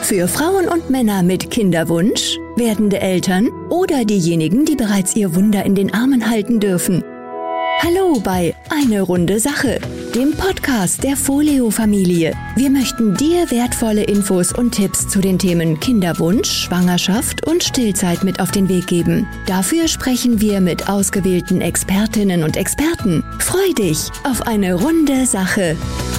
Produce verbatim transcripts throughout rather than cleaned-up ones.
Für Frauen und Männer mit Kinderwunsch, werdende Eltern oder diejenigen, die bereits ihr Wunder in den Armen halten dürfen. Hallo bei Eine runde Sache, dem Podcast der Folio-Familie. Wir möchten dir wertvolle Infos und Tipps zu den Themen Kinderwunsch, Schwangerschaft und Stillzeit mit auf den Weg geben. Dafür sprechen wir mit ausgewählten Expertinnen und Experten. Freu dich auf eine runde Sache.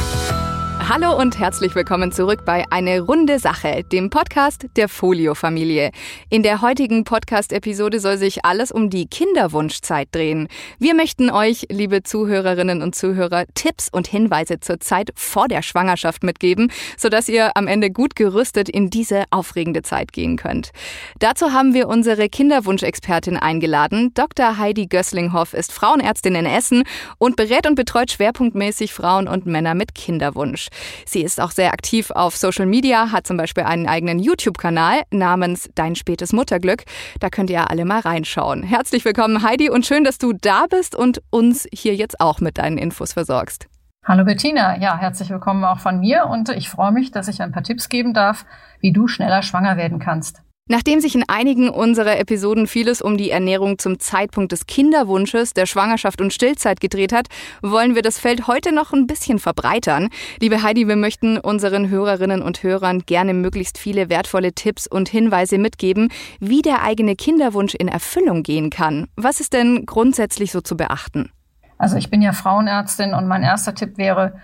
Hallo und herzlich willkommen zurück bei Eine runde Sache, dem Podcast der Folio-Familie. In der heutigen Podcast-Episode soll sich alles um die Kinderwunschzeit drehen. Wir möchten euch, liebe Zuhörerinnen und Zuhörer, Tipps und Hinweise zur Zeit vor der Schwangerschaft mitgeben, sodass ihr am Ende gut gerüstet in diese aufregende Zeit gehen könnt. Dazu haben wir unsere Kinderwunschexpertin eingeladen. Doktor Heidi Gößlinghoff ist Frauenärztin in Essen und berät und betreut schwerpunktmäßig Frauen und Männer mit Kinderwunsch. Sie ist auch sehr aktiv auf Social Media, hat zum Beispiel einen eigenen YouTube-Kanal namens Dein spätes Mutterglück. Da könnt ihr alle mal reinschauen. Herzlich willkommen, Heidi, und schön, dass du da bist und uns hier jetzt auch mit deinen Infos versorgst. Hallo Bettina, ja, herzlich willkommen auch von mir und ich freue mich, dass ich ein paar Tipps geben darf, wie du schneller schwanger werden kannst. Nachdem sich in einigen unserer Episoden vieles um die Ernährung zum Zeitpunkt des Kinderwunsches, der Schwangerschaft und Stillzeit gedreht hat, wollen wir das Feld heute noch ein bisschen verbreitern. Liebe Heidi, wir möchten unseren Hörerinnen und Hörern gerne möglichst viele wertvolle Tipps und Hinweise mitgeben, wie der eigene Kinderwunsch in Erfüllung gehen kann. Was ist denn grundsätzlich so zu beachten? Also ich bin ja Frauenärztin und mein erster Tipp wäre,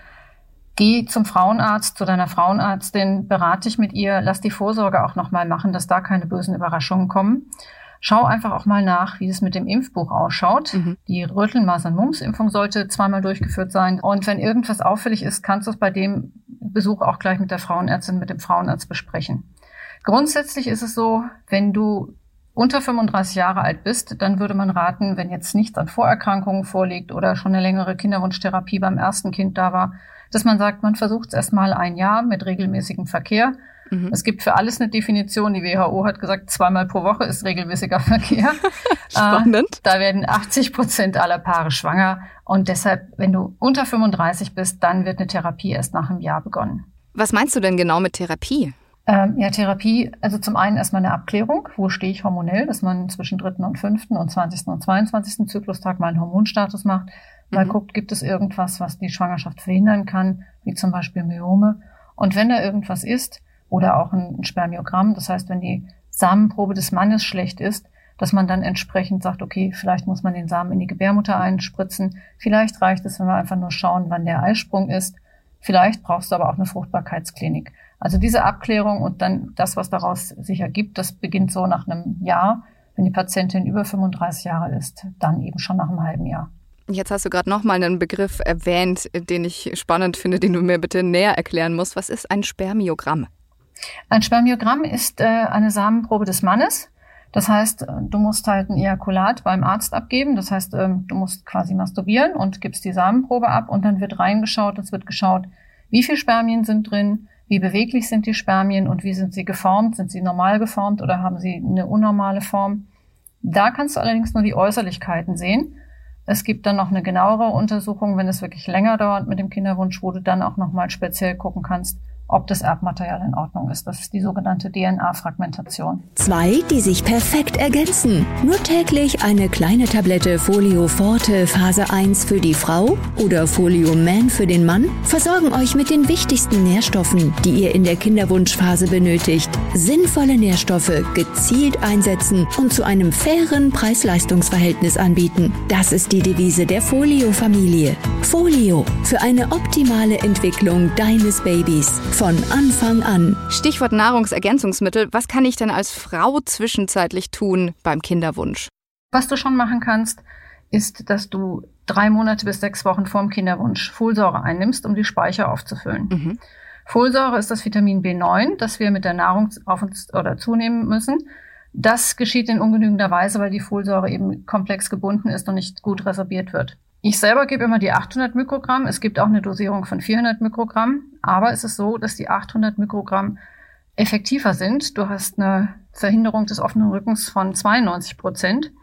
geh zum Frauenarzt, zu deiner Frauenärztin, berate dich mit ihr, lass die Vorsorge auch nochmal machen, dass da keine bösen Überraschungen kommen. Schau einfach auch mal nach, wie es mit dem Impfbuch ausschaut. Mhm. Die Röteln-Masern-Mumps-Impfung sollte zweimal durchgeführt sein. Und wenn irgendwas auffällig ist, kannst du es bei dem Besuch auch gleich mit der Frauenärztin, mit dem Frauenarzt besprechen. Grundsätzlich ist es so, wenn du unter fünfunddreißig Jahre alt bist, dann würde man raten, wenn jetzt nichts an Vorerkrankungen vorliegt oder schon eine längere Kinderwunschtherapie beim ersten Kind da war, dass man sagt, man versucht es erst mal ein Jahr mit regelmäßigem Verkehr. Mhm. Es gibt für alles eine Definition. Die W H O hat gesagt, zweimal pro Woche ist regelmäßiger Verkehr. Spannend. Äh, da werden achtzig Prozent aller Paare schwanger. Und deshalb, wenn du unter fünfunddreißig bist, dann wird eine Therapie erst nach einem Jahr begonnen. Was meinst du denn genau mit Therapie? Ähm, ja, Therapie, also zum einen erstmal eine Abklärung. Wo stehe ich hormonell? Dass man zwischen dritten und fünften und zwanzigsten und zweiundzwanzigsten Zyklustag mal einen Hormonstatus macht. Mal mhm. guckt, gibt es irgendwas, was die Schwangerschaft verhindern kann, wie zum Beispiel Myome. Und wenn da irgendwas ist, oder auch ein Spermiogramm, das heißt, wenn die Samenprobe des Mannes schlecht ist, dass man dann entsprechend sagt, okay, vielleicht muss man den Samen in die Gebärmutter einspritzen. Vielleicht reicht es, wenn wir einfach nur schauen, wann der Eisprung ist. Vielleicht brauchst du aber auch eine Fruchtbarkeitsklinik. Also diese Abklärung und dann das, was daraus sich ergibt, das beginnt so nach einem Jahr. Wenn die Patientin über fünfunddreißig Jahre ist, dann eben schon nach einem halben Jahr. Jetzt hast du gerade noch mal einen Begriff erwähnt, den ich spannend finde, den du mir bitte näher erklären musst. Was ist ein Spermiogramm? Ein Spermiogramm ist äh, eine Samenprobe des Mannes. Das heißt, du musst halt ein Ejakulat beim Arzt abgeben. Das heißt, ähm, du musst quasi masturbieren und gibst die Samenprobe ab und dann wird reingeschaut. Es wird geschaut, wie viele Spermien sind drin, wie beweglich sind die Spermien und wie sind sie geformt. Sind sie normal geformt oder haben sie eine unnormale Form? Da kannst du allerdings nur die Äußerlichkeiten sehen. Es gibt dann noch eine genauere Untersuchung, wenn es wirklich länger dauert mit dem Kinderwunsch, wo du dann auch nochmal speziell gucken kannst, ob das Erbmaterial in Ordnung ist. Das ist die sogenannte D N A-Fragmentation. Zwei, die sich perfekt ergänzen. Nur täglich eine kleine Tablette Folio Forte Phase eins für die Frau oder Folio Man für den Mann versorgen euch mit den wichtigsten Nährstoffen, die ihr in der Kinderwunschphase benötigt. Sinnvolle Nährstoffe gezielt einsetzen und zu einem fairen Preis-Leistungs-Verhältnis anbieten. Das ist die Devise der Folio-Familie. Folio für eine optimale Entwicklung deines Babys. Von Anfang an. Stichwort Nahrungsergänzungsmittel. Was kann ich denn als Frau zwischenzeitlich tun beim Kinderwunsch? Was du schon machen kannst, ist, dass du drei Monate bis sechs Wochen vorm Kinderwunsch Folsäure einnimmst, um die Speicher aufzufüllen. Mhm. Folsäure ist das Vitamin B neun, das wir mit der Nahrung auf uns oder zunehmen müssen. Das geschieht in ungenügender Weise, weil die Folsäure eben komplex gebunden ist und nicht gut resorbiert wird. Ich selber gebe immer die achthundert Mikrogramm. Es gibt auch eine Dosierung von vierhundert Mikrogramm. Aber es ist so, dass die achthundert Mikrogramm effektiver sind. Du hast eine Verhinderung des offenen Rückens von zweiundneunzig Prozent.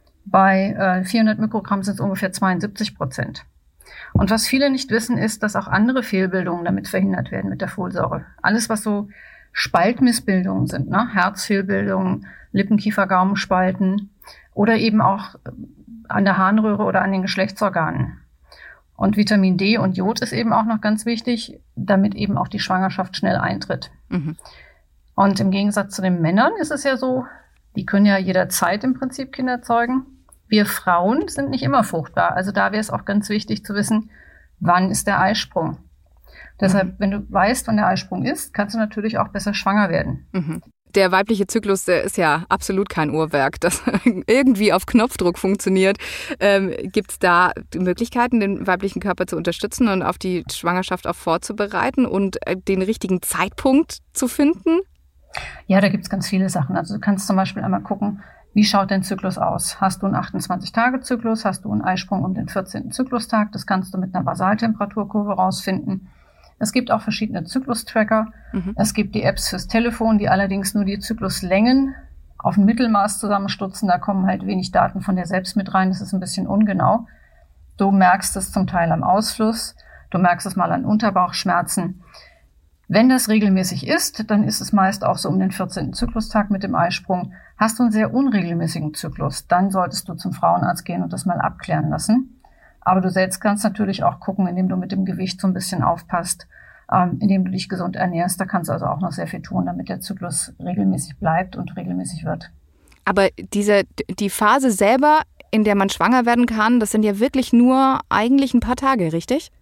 Bei äh, vierhundert Mikrogramm sind es ungefähr zweiundsiebzig Prozent. Und was viele nicht wissen, ist, dass auch andere Fehlbildungen damit verhindert werden mit der Folsäure. Alles, was so Spaltmissbildungen sind, ne? Herzfehlbildungen, Lippenkiefer-Gaumenspalten oder eben auch an der Harnröhre oder an den Geschlechtsorganen. Und Vitamin D und Jod ist eben auch noch ganz wichtig, damit eben auch die Schwangerschaft schnell eintritt. Mhm. Und im Gegensatz zu den Männern ist es ja so, die können ja jederzeit im Prinzip Kinder zeugen. Wir Frauen sind nicht immer fruchtbar. Also da wäre es auch ganz wichtig zu wissen, wann ist der Eisprung. Deshalb, wenn du weißt, wann der Eisprung ist, kannst du natürlich auch besser schwanger werden. Mhm. Der weibliche Zyklus, der ist ja absolut kein Uhrwerk, das irgendwie auf Knopfdruck funktioniert. Ähm, gibt es da Möglichkeiten, den weiblichen Körper zu unterstützen und auf die Schwangerschaft auch vorzubereiten und äh, den richtigen Zeitpunkt zu finden? Ja, da gibt es ganz viele Sachen. Also du kannst zum Beispiel einmal gucken, wie schaut dein Zyklus aus? Hast du einen achtundzwanzig-Tage-Zyklus? Hast du einen Eisprung um den vierzehnten Zyklustag? Das kannst du mit einer Basaltemperaturkurve rausfinden. Es gibt auch verschiedene Zyklus-Tracker. Mhm. Es gibt die Apps fürs Telefon, die allerdings nur die Zykluslängen auf ein Mittelmaß zusammenstutzen. Da kommen halt wenig Daten von dir selbst mit rein. Das ist ein bisschen ungenau. Du merkst es zum Teil am Ausfluss. Du merkst es mal an Unterbauchschmerzen. Wenn das regelmäßig ist, dann ist es meist auch so um den vierzehnten Zyklustag mit dem Eisprung. Hast du einen sehr unregelmäßigen Zyklus, dann solltest du zum Frauenarzt gehen und das mal abklären lassen. Aber du selbst kannst natürlich auch gucken, indem du mit dem Gewicht so ein bisschen aufpasst, ähm, indem du dich gesund ernährst. Da kannst du also auch noch sehr viel tun, damit der Zyklus regelmäßig bleibt und regelmäßig wird. Aber diese, die Phase selber, in der man schwanger werden kann, das sind ja wirklich nur eigentlich ein paar Tage, richtig?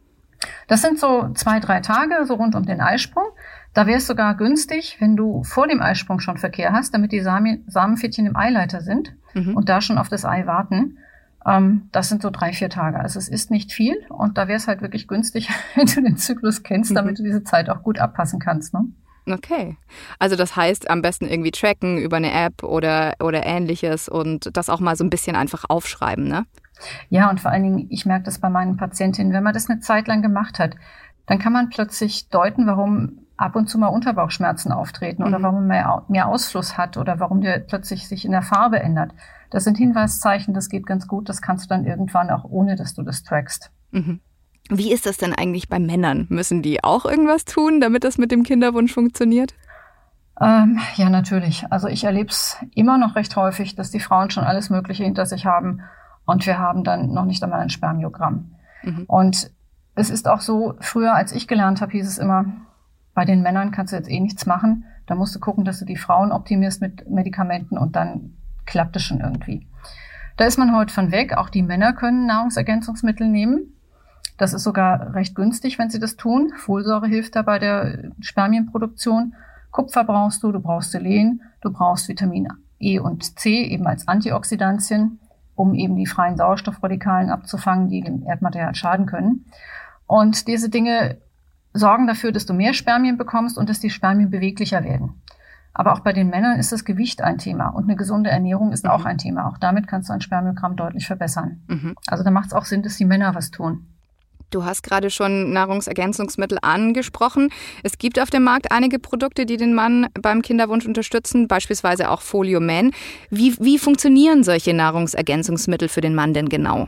Das sind so zwei, drei Tage, so rund um den Eisprung. Da wäre es sogar günstig, wenn du vor dem Eisprung schon Verkehr hast, damit die Samen, Samenpfädchen im Eileiter sind mhm. und da schon auf das Ei warten. Ähm, das sind so drei, vier Tage. Also es ist nicht viel und da wäre es halt wirklich günstig, wenn du den Zyklus kennst, damit mhm. du diese Zeit auch gut abpassen kannst, ne? Okay. Also das heißt, am besten irgendwie tracken über eine App oder, oder ähnliches und das auch mal so ein bisschen einfach aufschreiben, ne? Ja, und vor allen Dingen, ich merke das bei meinen Patientinnen, wenn man das eine Zeit lang gemacht hat, dann kann man plötzlich deuten, warum ab und zu mal Unterbauchschmerzen auftreten mhm. oder warum man mehr, mehr Ausfluss hat oder warum der plötzlich sich in der Farbe ändert. Das sind Hinweiszeichen, das geht ganz gut, das kannst du dann irgendwann auch ohne, dass du das trackst. Mhm. Wie ist das denn eigentlich bei Männern? Müssen die auch irgendwas tun, damit das mit dem Kinderwunsch funktioniert? Ähm, ja, natürlich. Also ich erlebe es immer noch recht häufig, dass die Frauen schon alles Mögliche hinter sich haben und wir haben dann noch nicht einmal ein Spermiogramm. Mhm. Und es ist auch so, früher als ich gelernt habe, hieß es immer, bei den Männern kannst du jetzt eh nichts machen. Da musst du gucken, dass du die Frauen optimierst mit Medikamenten und dann klappt es schon irgendwie. Da ist man heute von weg. Auch die Männer können Nahrungsergänzungsmittel nehmen. Das ist sogar recht günstig, wenn sie das tun. Folsäure hilft da bei der Spermienproduktion. Kupfer brauchst du, du brauchst Selen, du brauchst Vitamin E und C, eben als Antioxidantien, um eben die freien Sauerstoffradikalen abzufangen, die dem Erdmaterial schaden können. Und diese Dinge sorgen dafür, dass du mehr Spermien bekommst und dass die Spermien beweglicher werden. Aber auch bei den Männern ist das Gewicht ein Thema und eine gesunde Ernährung ist mhm. auch ein Thema. Auch damit kannst du ein Spermiogramm deutlich verbessern. Mhm. Also da macht es auch Sinn, dass die Männer was tun. Du hast gerade schon Nahrungsergänzungsmittel angesprochen. Es gibt auf dem Markt einige Produkte, die den Mann beim Kinderwunsch unterstützen, beispielsweise auch Folio Man. Wie, wie funktionieren solche Nahrungsergänzungsmittel für den Mann denn genau?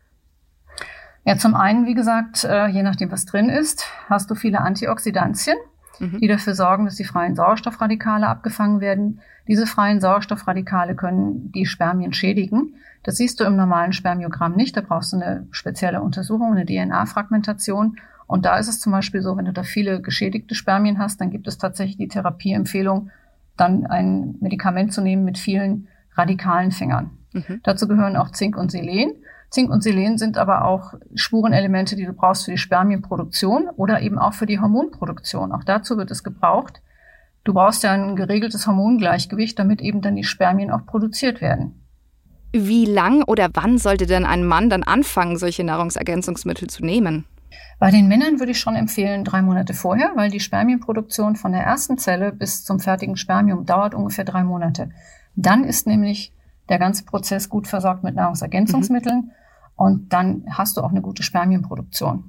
Ja, zum einen, wie gesagt, je nachdem, was drin ist, hast du viele Antioxidantien, mhm. die dafür sorgen, dass die freien Sauerstoffradikale abgefangen werden. Diese freien Sauerstoffradikale können die Spermien schädigen. Das siehst du im normalen Spermiogramm nicht. Da brauchst du eine spezielle Untersuchung, eine D N A-Fragmentation. Und da ist es zum Beispiel so, wenn du da viele geschädigte Spermien hast, dann gibt es tatsächlich die Therapieempfehlung, dann ein Medikament zu nehmen mit vielen radikalen Fängern. Mhm. Dazu gehören auch Zink und Selen. Zink und Selen sind aber auch Spurenelemente, die du brauchst für die Spermienproduktion oder eben auch für die Hormonproduktion. Auch dazu wird es gebraucht. Du brauchst ja ein geregeltes Hormongleichgewicht, damit eben dann die Spermien auch produziert werden. Wie lang oder wann sollte denn ein Mann dann anfangen, solche Nahrungsergänzungsmittel zu nehmen? Bei den Männern würde ich schon empfehlen, drei Monate vorher, weil die Spermienproduktion von der ersten Zelle bis zum fertigen Spermium dauert ungefähr drei Monate. Dann ist nämlich der ganze Prozess gut versorgt mit Nahrungsergänzungsmitteln mhm. und dann hast du auch eine gute Spermienproduktion.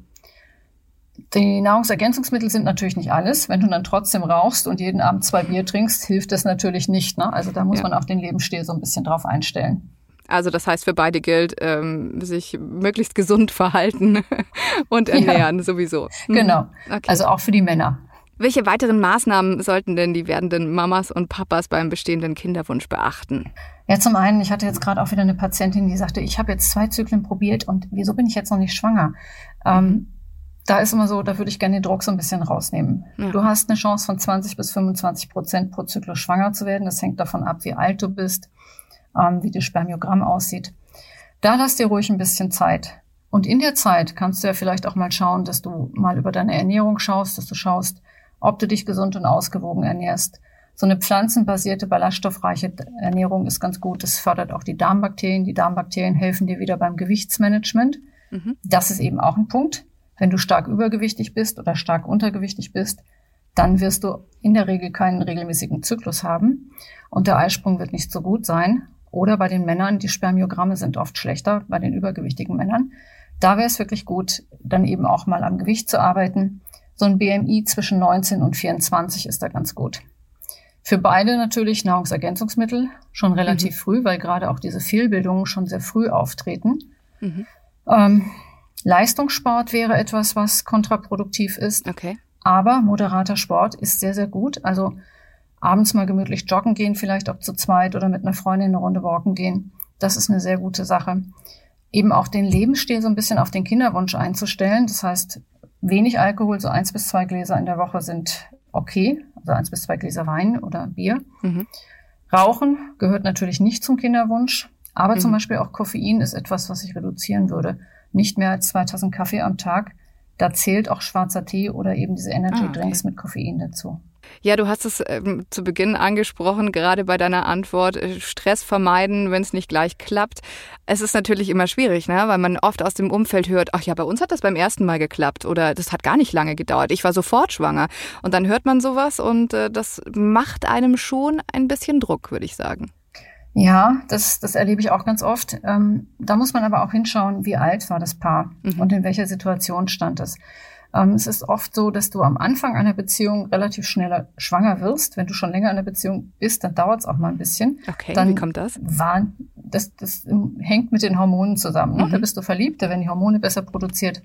Die Nahrungsergänzungsmittel sind natürlich nicht alles. Wenn du dann trotzdem rauchst und jeden Abend zwei Bier trinkst, hilft das natürlich nicht, ne? Also da muss ja. man auch den Lebensstil so ein bisschen drauf einstellen. Also das heißt, für beide gilt, ähm, sich möglichst gesund verhalten und ernähren ja. sowieso. Mhm. Genau, okay. Also auch für die Männer. Welche weiteren Maßnahmen sollten denn die werdenden Mamas und Papas beim bestehenden Kinderwunsch beachten? Ja, zum einen, ich hatte jetzt gerade auch wieder eine Patientin, die sagte, ich habe jetzt zwei Zyklen probiert und wieso bin ich jetzt noch nicht schwanger? Ähm, da ist immer so, da würde ich gerne den Druck so ein bisschen rausnehmen. Ja. Du hast eine Chance von zwanzig bis fünfundzwanzig Prozent pro Zyklus schwanger zu werden. Das hängt davon ab, wie alt du bist, ähm, wie das Spermiogramm aussieht. Da lass dir ruhig ein bisschen Zeit. Und in der Zeit kannst du ja vielleicht auch mal schauen, dass du mal über deine Ernährung schaust, dass du schaust, ob du dich gesund und ausgewogen ernährst. So eine pflanzenbasierte, ballaststoffreiche Ernährung ist ganz gut. Das fördert auch die Darmbakterien. Die Darmbakterien helfen dir wieder beim Gewichtsmanagement. Mhm. Das ist eben auch ein Punkt. Wenn du stark übergewichtig bist oder stark untergewichtig bist, dann wirst du in der Regel keinen regelmäßigen Zyklus haben. Und der Eisprung wird nicht so gut sein. Oder bei den Männern, die Spermiogramme sind oft schlechter, bei den übergewichtigen Männern. Da wäre es wirklich gut, dann eben auch mal am Gewicht zu arbeiten. So ein B M I zwischen neunzehn und vierundzwanzig ist da ganz gut. Für beide natürlich Nahrungsergänzungsmittel schon relativ mhm. früh, weil gerade auch diese Fehlbildungen schon sehr früh auftreten. Mhm. Ähm, Leistungssport wäre etwas, was kontraproduktiv ist. Okay. Aber moderater Sport ist sehr, sehr gut. Also abends mal gemütlich joggen gehen, vielleicht auch zu zweit oder mit einer Freundin eine Runde walken gehen. Das ist eine sehr gute Sache. Eben auch den Lebensstil so ein bisschen auf den Kinderwunsch einzustellen. Das heißt, wenig Alkohol, so eins bis zwei Gläser in der Woche sind okay. Also eins bis zwei Gläser Wein oder Bier. Mhm. Rauchen gehört natürlich nicht zum Kinderwunsch. Aber mhm. zum Beispiel auch Koffein ist etwas, was ich reduzieren würde. Nicht mehr als zwei Tassen Kaffee am Tag. Da zählt auch schwarzer Tee oder eben diese Energy Drinks ah, okay. mit Koffein dazu. Ja, du hast es ähm, zu Beginn angesprochen, gerade bei deiner Antwort, äh, Stress vermeiden, wenn es nicht gleich klappt. Es ist natürlich immer schwierig, ne? Weil man oft aus dem Umfeld hört, ach ja, bei uns hat das beim ersten Mal geklappt oder das hat gar nicht lange gedauert, ich war sofort schwanger. Und dann hört man sowas und äh, das macht einem schon ein bisschen Druck, würde ich sagen. Ja, das, das erlebe ich auch ganz oft. Ähm, da muss man aber auch hinschauen, wie alt war das Paar mhm. und in welcher Situation stand es. Ähm, es ist oft so, dass du am Anfang einer Beziehung relativ schneller schwanger wirst. Wenn du schon länger in einer Beziehung bist, dann dauert es auch mal ein bisschen. Okay, dann wie kommt das? War, das? Das hängt mit den Hormonen zusammen. Ne? Mhm. Da bist du verliebt, da werden die Hormone besser produziert.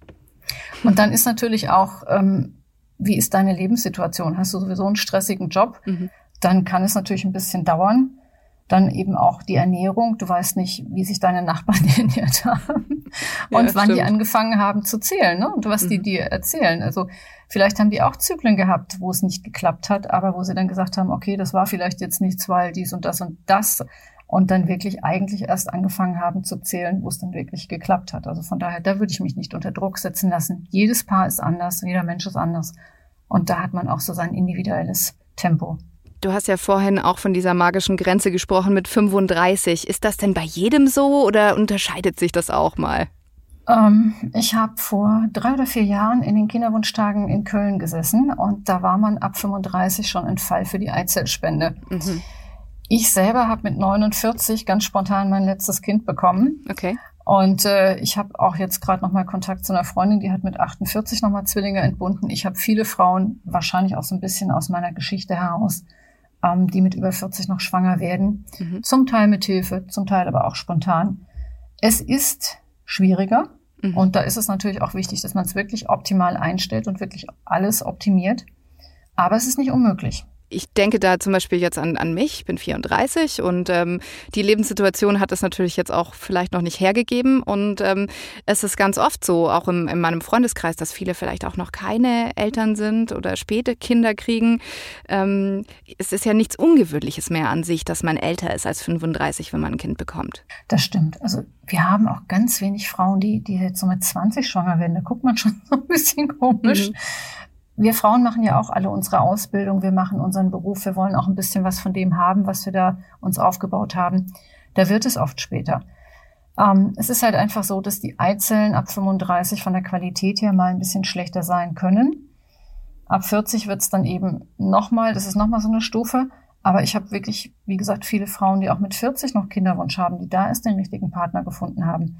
Und dann ist natürlich auch, ähm, wie ist deine Lebenssituation? Hast du sowieso einen stressigen Job? Mhm. Dann kann es natürlich ein bisschen dauern. Dann eben auch die Ernährung. Du weißt nicht, wie sich deine Nachbarn ernährt haben und ja, wann stimmt. die angefangen haben zu zählen, ne? Und was mhm. die dir erzählen. Also vielleicht haben die auch Zyklen gehabt, wo es nicht geklappt hat, aber wo sie dann gesagt haben, okay, das war vielleicht jetzt nichts, weil dies und das und das. Und dann wirklich eigentlich erst angefangen haben zu zählen, wo es dann wirklich geklappt hat. Also von daher, da würde ich mich nicht unter Druck setzen lassen. Jedes Paar ist anders, jeder Mensch ist anders. Und da hat man auch so sein individuelles Tempo. Du hast ja vorhin auch von dieser magischen Grenze gesprochen mit fünfunddreißig. Ist das denn bei jedem so oder unterscheidet sich das auch mal? Ähm, ich habe vor drei oder vier Jahren in den Kinderwunschtagen in Köln gesessen und da war man ab fünfunddreißig schon ein Fall für die Eizellspende. Mhm. Ich selber habe mit neunundvierzig ganz spontan mein letztes Kind bekommen. Okay. Und äh, ich habe auch jetzt gerade noch mal Kontakt zu einer Freundin, die hat mit achtundvierzig noch mal Zwillinge entbunden. Ich habe viele Frauen, wahrscheinlich auch so ein bisschen aus meiner Geschichte heraus, ähm, die mit über vierzig noch schwanger werden. Mhm. Zum Teil mit Hilfe, zum Teil aber auch spontan. Es ist schwieriger. Mhm. Und da ist es natürlich auch wichtig, dass man es wirklich optimal einstellt und wirklich alles optimiert. Aber es ist nicht unmöglich. Ich denke da zum Beispiel jetzt an, an mich, ich bin vierunddreißig und ähm, die Lebenssituation hat es natürlich jetzt auch vielleicht noch nicht hergegeben und ähm, es ist ganz oft so, auch im, in meinem Freundeskreis, dass viele vielleicht auch noch keine Eltern sind oder späte Kinder kriegen. Ähm, es ist ja nichts Ungewöhnliches mehr an sich, dass man älter ist als fünfunddreißig, wenn man ein Kind bekommt. Das stimmt. Also wir haben auch ganz wenig Frauen, die, die jetzt so mit zwanzig schwanger werden. Da guckt man schon so ein bisschen komisch. Mhm. Wir Frauen machen ja auch alle unsere Ausbildung, wir machen unseren Beruf, wir wollen auch ein bisschen was von dem haben, was wir da uns aufgebaut haben. Da wird es oft später. Ähm, es ist halt einfach so, dass die Eizellen ab fünfunddreißig von der Qualität her mal ein bisschen schlechter sein können. Ab vierzig wird es dann eben nochmal, das ist nochmal so eine Stufe. Aber ich habe wirklich, wie gesagt, viele Frauen, die auch mit vierzig noch Kinderwunsch haben, die da erst den richtigen Partner gefunden haben.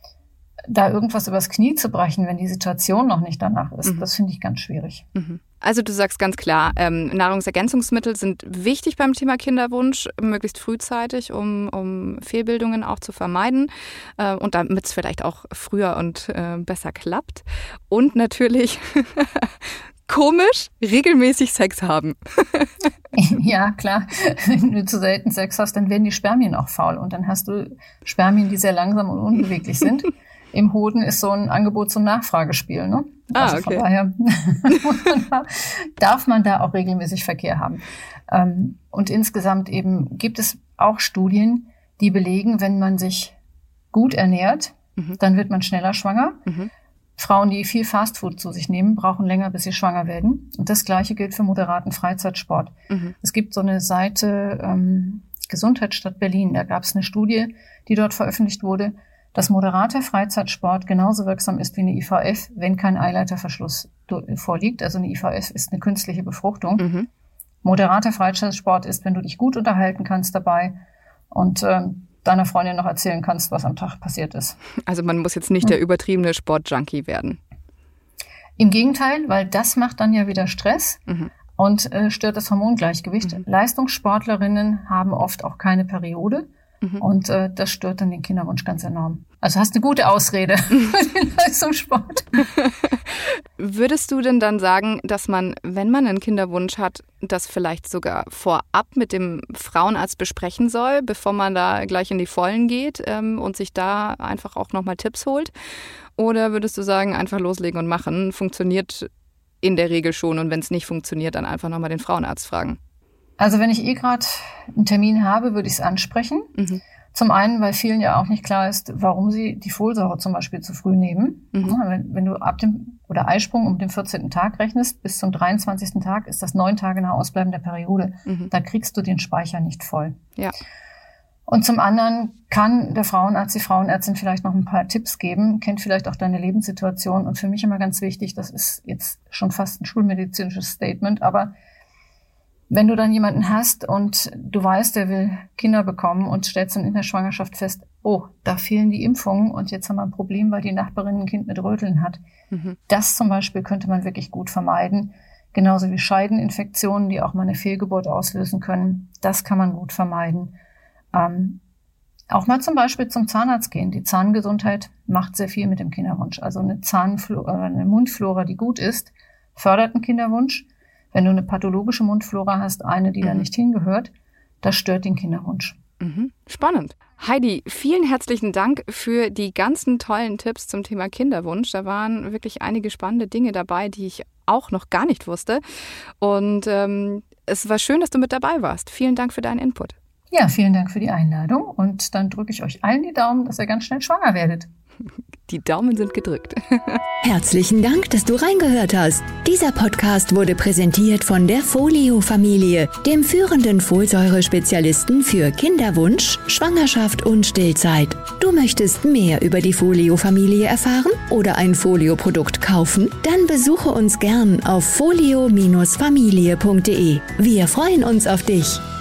Da irgendwas übers Knie zu brechen, wenn die Situation noch nicht danach ist, mhm. das finde ich ganz schwierig. Mhm. Also du sagst ganz klar, ähm, Nahrungsergänzungsmittel sind wichtig beim Thema Kinderwunsch, möglichst frühzeitig, um, um Fehlbildungen auch zu vermeiden äh, und damit es vielleicht auch früher und äh, besser klappt. Und natürlich Komisch, regelmäßig Sex haben. Ja, klar. Wenn du zu selten Sex hast, dann werden die Spermien auch faul. Und dann hast du Spermien, die sehr langsam und unbeweglich sind. Im Hoden ist so ein Angebots- und Nachfragespiel. Ne? Also ah, okay. Von daher darf man da auch regelmäßig Verkehr haben. Und insgesamt eben gibt es auch Studien, die belegen, wenn man sich gut ernährt, mhm. dann wird man schneller schwanger. Mhm. Frauen, die viel Fastfood zu sich nehmen, brauchen länger, bis sie schwanger werden. Und das Gleiche gilt für moderaten Freizeitsport. Mhm. Es gibt so eine Seite ähm, Gesundheitsstadt Berlin. Da gab es eine Studie, die dort veröffentlicht wurde, dass moderater Freizeitsport genauso wirksam ist wie eine I V F, wenn kein Eileiterverschluss vorliegt. Also eine I V F ist eine künstliche Befruchtung. Mhm. Moderater Freizeitsport ist, wenn du dich gut unterhalten kannst dabei und ähm, deiner Freundin noch erzählen kannst, was am Tag passiert ist. Also man muss jetzt nicht der übertriebene Sportjunkie werden. Im Gegenteil, weil das macht dann ja wieder Stress mhm. und äh, stört das Hormongleichgewicht. Mhm. Leistungssportlerinnen haben oft auch keine Periode mhm. und äh, das stört dann den Kinderwunsch ganz enorm. Also hast eine gute Ausrede für den Leistungssport. Würdest du denn dann sagen, dass man, wenn man einen Kinderwunsch hat, das vielleicht sogar vorab mit dem Frauenarzt besprechen soll, bevor man da gleich in die Vollen geht ähm, und sich da einfach auch nochmal Tipps holt? Oder würdest du sagen, einfach loslegen und machen, funktioniert in der Regel schon und wenn es nicht funktioniert, dann einfach nochmal den Frauenarzt fragen? Also wenn ich eh gerade einen Termin habe, würde ich es ansprechen. Mhm. Zum einen, weil vielen ja auch nicht klar ist, warum sie die Folsäure zum Beispiel zu früh nehmen. Mhm. Ja, wenn, wenn du ab dem oder Eisprung um den vierzehnten Tag rechnest, bis zum dreiundzwanzigsten Tag ist das neun Tage nach Ausbleiben der Periode. Mhm. Da kriegst du den Speicher nicht voll. Ja. Und zum anderen kann der Frauenarzt, die Frauenärztin vielleicht noch ein paar Tipps geben, kennt vielleicht auch deine Lebenssituation. Und für mich immer ganz wichtig, das ist jetzt schon fast ein schulmedizinisches Statement, aber wenn du dann jemanden hast und du weißt, der will Kinder bekommen und stellst dann in der Schwangerschaft fest, oh, da fehlen die Impfungen und jetzt haben wir ein Problem, weil die Nachbarin ein Kind mit Röteln hat. Mhm. Das zum Beispiel könnte man wirklich gut vermeiden. Genauso wie Scheideninfektionen, die auch mal eine Fehlgeburt auslösen können. Das kann man gut vermeiden. Ähm, auch mal zum Beispiel zum Zahnarzt gehen. Die Zahngesundheit macht sehr viel mit dem Kinderwunsch. Also eine Zahnflora, eine Mundflora, die gut ist, fördert einen Kinderwunsch. Wenn du eine pathologische Mundflora hast, eine, die mhm. da nicht hingehört, das stört den Kinderwunsch. Mhm. Spannend. Heidi, vielen herzlichen Dank für die ganzen tollen Tipps zum Thema Kinderwunsch. Da waren wirklich einige spannende Dinge dabei, die ich auch noch gar nicht wusste. Und ähm, es war schön, dass du mit dabei warst. Vielen Dank für deinen Input. Ja, vielen Dank für die Einladung. Und dann drücke ich euch allen die Daumen, dass ihr ganz schnell schwanger werdet. Die Daumen sind gedrückt. Herzlichen Dank, dass du reingehört hast. Dieser Podcast wurde präsentiert von der Folio-Familie, dem führenden Folsäure-Spezialisten für Kinderwunsch, Schwangerschaft und Stillzeit. Du möchtest mehr über die Folio-Familie erfahren oder ein Folio-Produkt kaufen? Dann besuche uns gern auf folio Bindestrich familie Punkt de. Wir freuen uns auf dich.